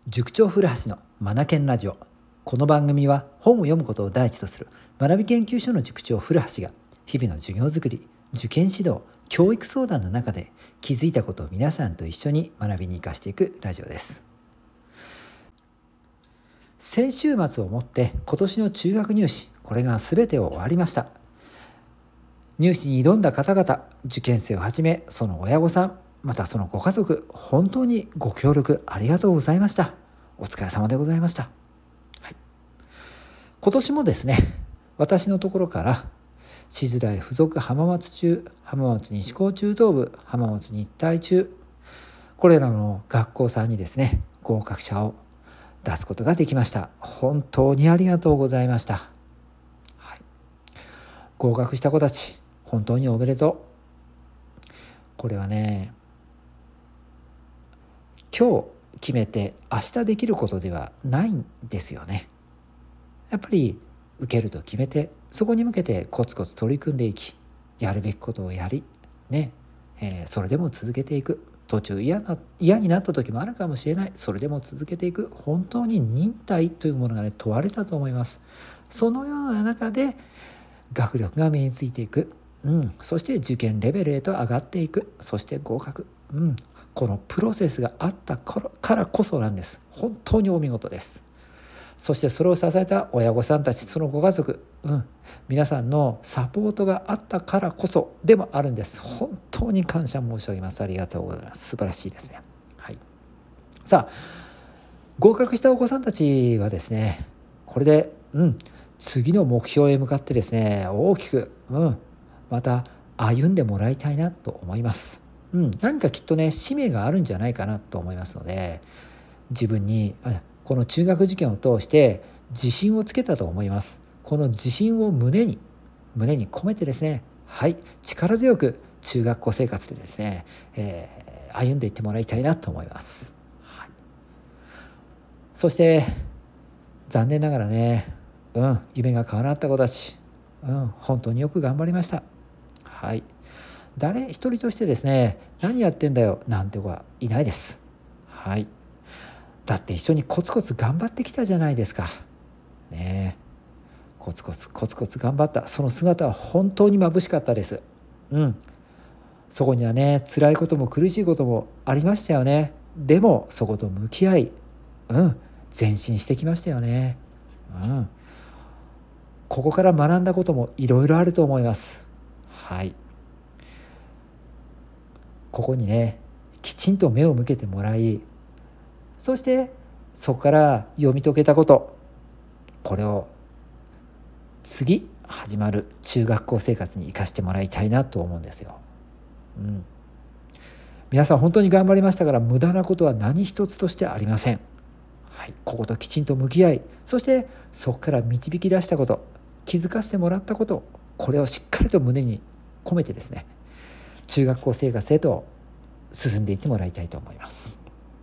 塾長古橋のマナケンラジオ。この番組は本を読むことを第一とする学び研究所の塾長古橋が日々の授業づくり、受験指導、教育相談の中で気づいたことを皆さんと一緒に学びに生かしていくラジオです。先週末をもって今年の中学入試、これが全て終わりました。入試に挑んだ方々、受験生をはじめその親御さん、またそのご家族、本当にご協力ありがとうございました。お疲れ様でございました。今年もですね、私のところから静大附属浜松中、浜松西高中等部、浜松日体中、これらの学校さんにですね、合格者を出すことができました。本当にありがとうございました。合格した子たち、本当におめでとう。これはね、今日決めて明日できることではないんですよね。やっぱり受けると決めて、そこに向けてコツコツ取り組んでいき、やるべきことをやり、それでも続けていく。途中嫌になった時もあるかもしれない。それでも続けていく。本当に忍耐というものが問われたと思います。そのような中で学力が身についていく。そして受験レベルへと上がっていく。そして合格。このプロセスがあったからこそなんです。本当にお見事です。そしてそれを支えた親御さんたち、そのご家族、皆さんのサポートがあったからこそでもあるんです。本当に感謝申し上げます。ありがとうございます。素晴らしいですね。さあ、合格したお子さんたちはですね、これで、次の目標へ向かってですね、大きく、また歩んでもらいたいなと思います。何かきっとね、使命があるんじゃないかなと思いますので、自分にこの中学受験を通して自信をつけたと思います。この自信を胸に込めてですね、力強く中学校生活でですね、歩んでいってもらいたいなと思います。そして残念ながらね、夢が叶った子たち、本当によく頑張りました。誰一人としてですね、何やってんだよなんて子はいないです。だって一緒にコツコツ頑張ってきたじゃないですか。コツコツ頑張ったその姿は本当に眩しかったです。そこにはね、辛いことも苦しいこともありましたよね。でもそこと向き合い、前進してきましたよね。ここから学んだこともいろいろあると思います。ここにね、きちんと目を向けてもらい、そしてそこから読み解けたこと、これを次始まる中学校生活に生かしてもらいたいなと思うんですよ。皆さん本当に頑張りましたから、無駄なことは何一つとしてありません。ここときちんと向き合い、そしてそこから導き出したこと、気づかせてもらったこと、これをしっかりと胸に込めてですね、中学校生活へと進んでいってもらいたいと思います。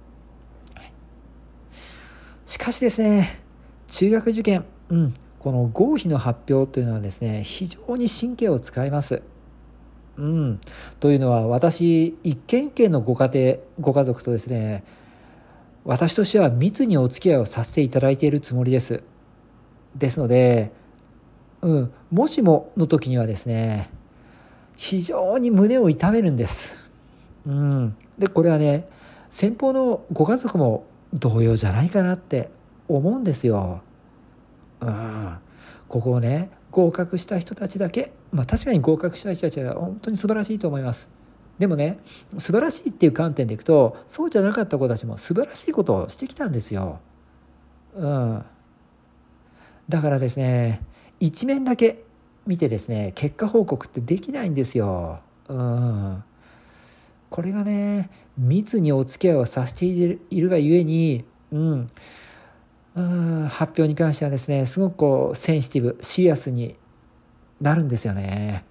しかしですね、中学受験、この合否の発表というのはですね、非常に神経を使います。というのは、私一軒一軒のご家庭ご家族とですね、私としては密にお付き合いをさせていただいているつもりです。ですので、もしもの時にはですね、非常に胸を痛めるんです。でこれはね、先方のご家族も同様じゃないかなって思うんですよ。ここをね、合格した人たちだけ、確かに合格した人たちは本当に素晴らしいと思います。でもね、素晴らしいっていう観点でいくと、そうじゃなかった子たちも素晴らしいことをしてきたんですよ。だからですね、一面だけ見てですね、結果報告ってできないんですよ。これがね、密にお付き合いをさせているがゆえに、発表に関してはですね、すごくセンシティブ、シリアスになるんですよね。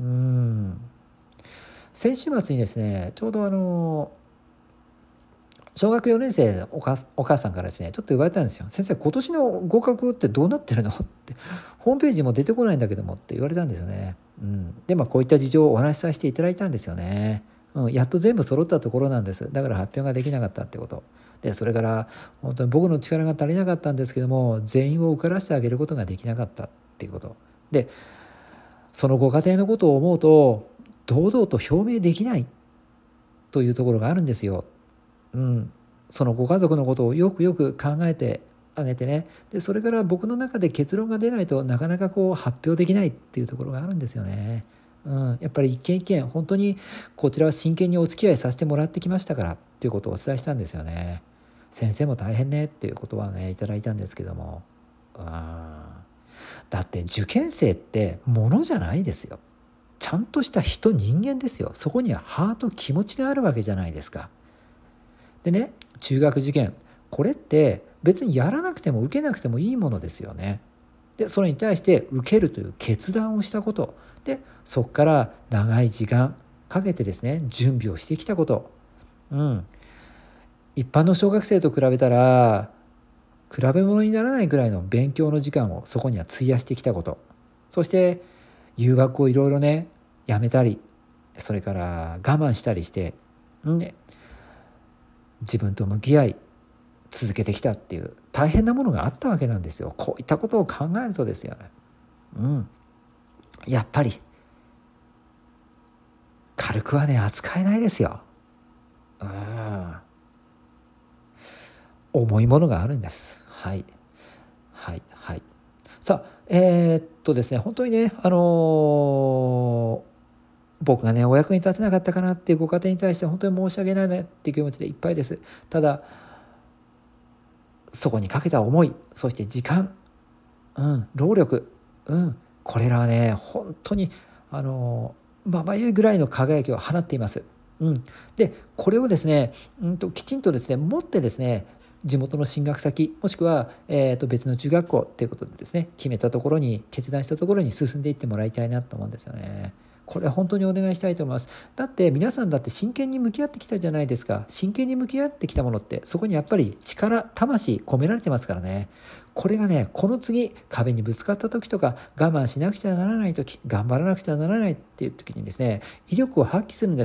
先週末にですね、ちょうど小学4年生のお母さんからですね、ちょっと言われたんですよ。先生、今年の合格ってどうなってるのって、ホームページも出てこないんだけどもって言われたんですよね。でこういった事情をお話しさせていただいたんですよね。やっと全部揃ったところなんです。だから発表ができなかったってことでそれから本当に僕の力が足りなかったんですけども、全員を受からしてあげることができなかったっていうことで、そのご家庭のことを思うと堂々と表明できないというところがあるんですよ。そのご家族のことをよくよく考えてあげてね、でそれから僕の中で結論が出ないとなかなか発表できないっていうところがあるんですよね。やっぱり一件一件本当にこちらは真剣にお付き合いさせてもらってきましたからっていうことをお伝えしたんですよね。先生も大変ねっていう言葉をねいただいたんですけども、だって受験生ってものじゃないですよ。ちゃんとした人間ですよ。そこにはハート気持ちがあるわけじゃないですか。でね、中学受験これって別にやらなくても受けなくてもいいものですよね。でそれに対して受けるという決断をしたことで、そこから長い時間かけてですね準備をしてきたこと、一般の小学生と比べたら比べ物にならないぐらいの勉強の時間をそこには費やしてきたこと、そして誘惑をいろいろねやめたり、それから我慢したりして、自分と向き合い続けてきたっていう大変なものがあったわけなんですよ。こういったことを考えるとですよね、やっぱり軽くはね扱えないですよ。重いものがあるんです。はいはいはい。さあですね、本当にね僕がねお役に立てなかったかなっていうご家庭に対して本当に申し訳ないなっていう気持ちでいっぱいです。ただそこにかけた思い、そして時間、労力、これらはね本当にまばゆいぐらいの輝きを放っています。でこれをですね、きちんとですね持ってですね、地元の進学先もしくは、別の中学校っていうことでですね決めたところに決断したところに進んでいってもらいたいなと思うんですよね。これは本当にお願いしたいと思います。だって皆さんだって真剣に向き合ってきたじゃないですか。真剣に向き合ってきたものってそこにやっぱり力、魂込められてますからね。これがねこの次壁にぶつかった時とか我慢しなくちゃならない時、頑張らなくちゃならないっていう時にですね威力を発揮するんです。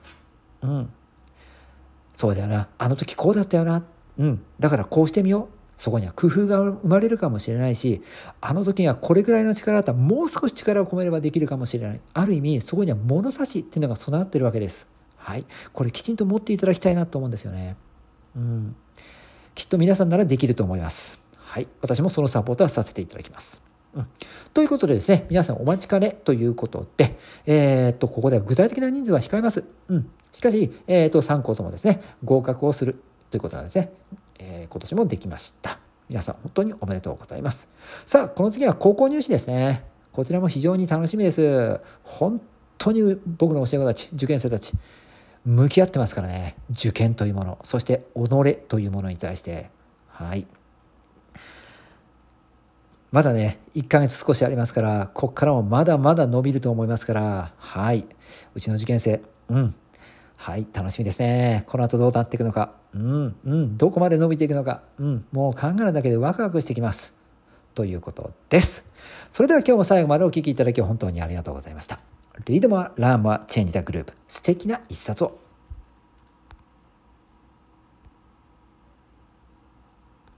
そうだよな、あの時こうだったよな、だからこうしてみよう、そこには工夫が生まれるかもしれないし、あの時にはこれぐらいの力だったらもう少し力を込めればできるかもしれない、ある意味そこには物差しっていうのが備わってるわけです。はい、これきちんと持っていただきたいなと思うんですよね。きっと皆さんならできると思います。はい、私もそのサポートはさせていただきます。ということでですね、皆さんお待ちかねということで、ここでは具体的な人数は控えます。しかし、3校ともですね、合格をするということがですね、今年もできました。皆さん本当におめでとうございます。さあ、この次は高校入試ですね。こちらも非常に楽しみです。本当に僕の教え子たち、受験生たち、向き合ってますからね。受験というもの、そして己というものに対して、はい。まだね、1ヶ月少しありますから、ここからもまだまだ伸びると思いますから、はい。うちの受験生、はい、楽しみですね。この後どうなっていくのか、どこまで伸びていくのか、もう考えるだけでワクワクしてきます。ということです。それでは今日も最後までお聞きいただき本当にありがとうございました。Read more, learn more, change the group。素敵な一冊を。